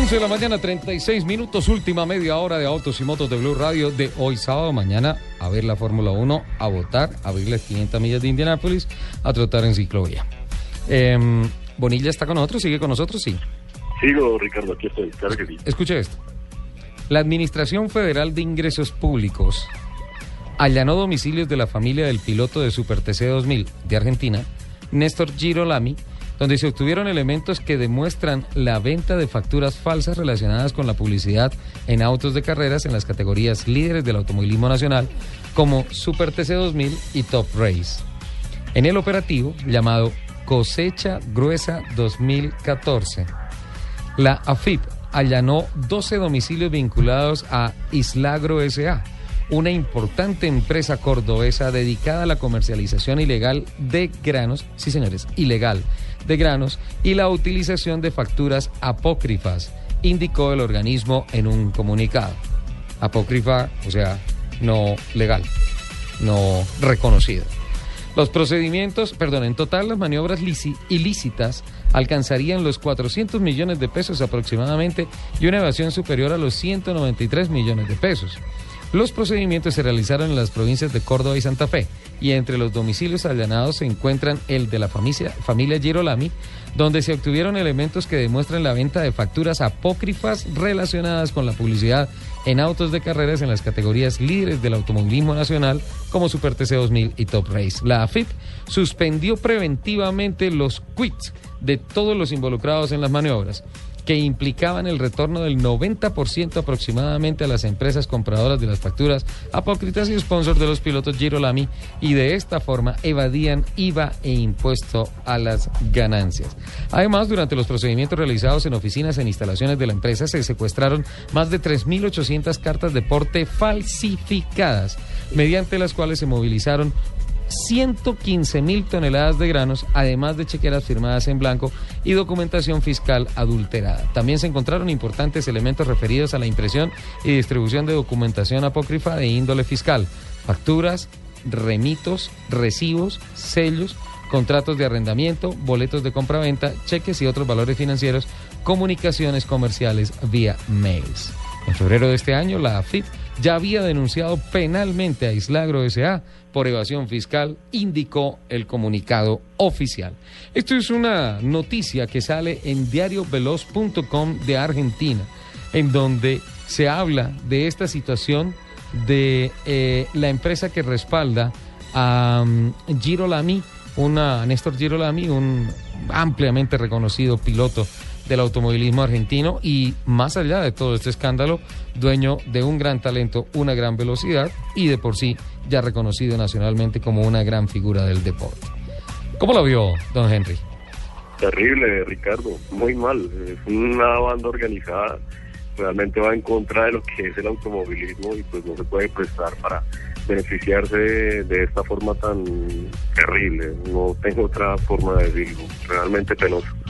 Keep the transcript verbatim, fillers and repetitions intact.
once de la mañana, treinta y seis minutos, última media hora de Autos y Motos de Blue Radio de hoy sábado. Mañana a ver la Fórmula uno, a votar, a abrir las quinientas millas de Indianápolis, a trotar en ciclovía. Eh, Bonilla está con nosotros, sigue con nosotros, sí. Sigo, Ricardo, aquí estoy, claro que sí. Escuche esto. La Administración Federal de Ingresos Públicos allanó domicilios de la familia del piloto de Super T C dos mil de Argentina, Néstor Girolami, donde se obtuvieron elementos que demuestran la venta de facturas falsas relacionadas con la publicidad en autos de carreras en las categorías líderes del automovilismo nacional, como Super T C dos mil y Top Race. En el operativo, llamado Cosecha Gruesa dos mil catorce, la A F I P allanó doce domicilios vinculados a Islagro S A, una importante empresa cordobesa dedicada a la comercialización ilegal de granos, sí señores, ilegal, de granos y la utilización de facturas apócrifas, indicó el organismo en un comunicado. Apócrifa, o sea, no legal, no reconocido. Los procedimientos, perdón, en total las maniobras ilícitas alcanzarían los cuatrocientos millones de pesos aproximadamente y una evasión superior a los ciento noventa y tres millones de pesos. Los procedimientos se realizaron en las provincias de Córdoba y Santa Fe, y entre los domicilios allanados se encuentran el de la familia, familia Girolami, donde se obtuvieron elementos que demuestran la venta de facturas apócrifas relacionadas con la publicidad en autos de carreras en las categorías líderes del automovilismo nacional, como Super T C dos mil y Top Race. La A F I P suspendió preventivamente los quits de todos los involucrados en las maniobras, que implicaban el retorno del noventa por ciento aproximadamente a las empresas compradoras de las facturas apócritas y sponsors de los pilotos Girolami, y de esta forma evadían I V A e impuesto a las ganancias. Además, durante los procedimientos realizados en oficinas e instalaciones de la empresa se secuestraron más de tres mil ochocientas cartas de porte falsificadas, mediante las cuales se movilizaron ciento quince mil toneladas de granos, además de chequeras firmadas en blanco y documentación fiscal adulterada. También se encontraron importantes elementos referidos a la impresión y distribución de documentación apócrifa de índole fiscal, facturas, remitos, recibos, sellos, contratos de arrendamiento, boletos de compraventa, cheques y otros valores financieros, comunicaciones comerciales vía mails. En febrero de este año, la A F I P ya había denunciado penalmente a Islagro S A por evasión fiscal, indicó el comunicado oficial. Esto es una noticia que sale en diario veloz punto com de Argentina, en donde se habla de esta situación de eh, la empresa que respalda a um, Girolami, una, Néstor Girolami, un ampliamente reconocido piloto del automovilismo argentino y, más allá de todo este escándalo, dueño de un gran talento, una gran velocidad y de por sí ya reconocido nacionalmente como una gran figura del deporte. ¿Cómo lo vio, don Henry? Terrible, Ricardo, muy mal. Es una banda organizada, realmente va en contra de lo que es el automovilismo y pues no se puede prestar para beneficiarse de, de esta forma tan terrible. No tengo otra forma de decirlo, realmente penoso.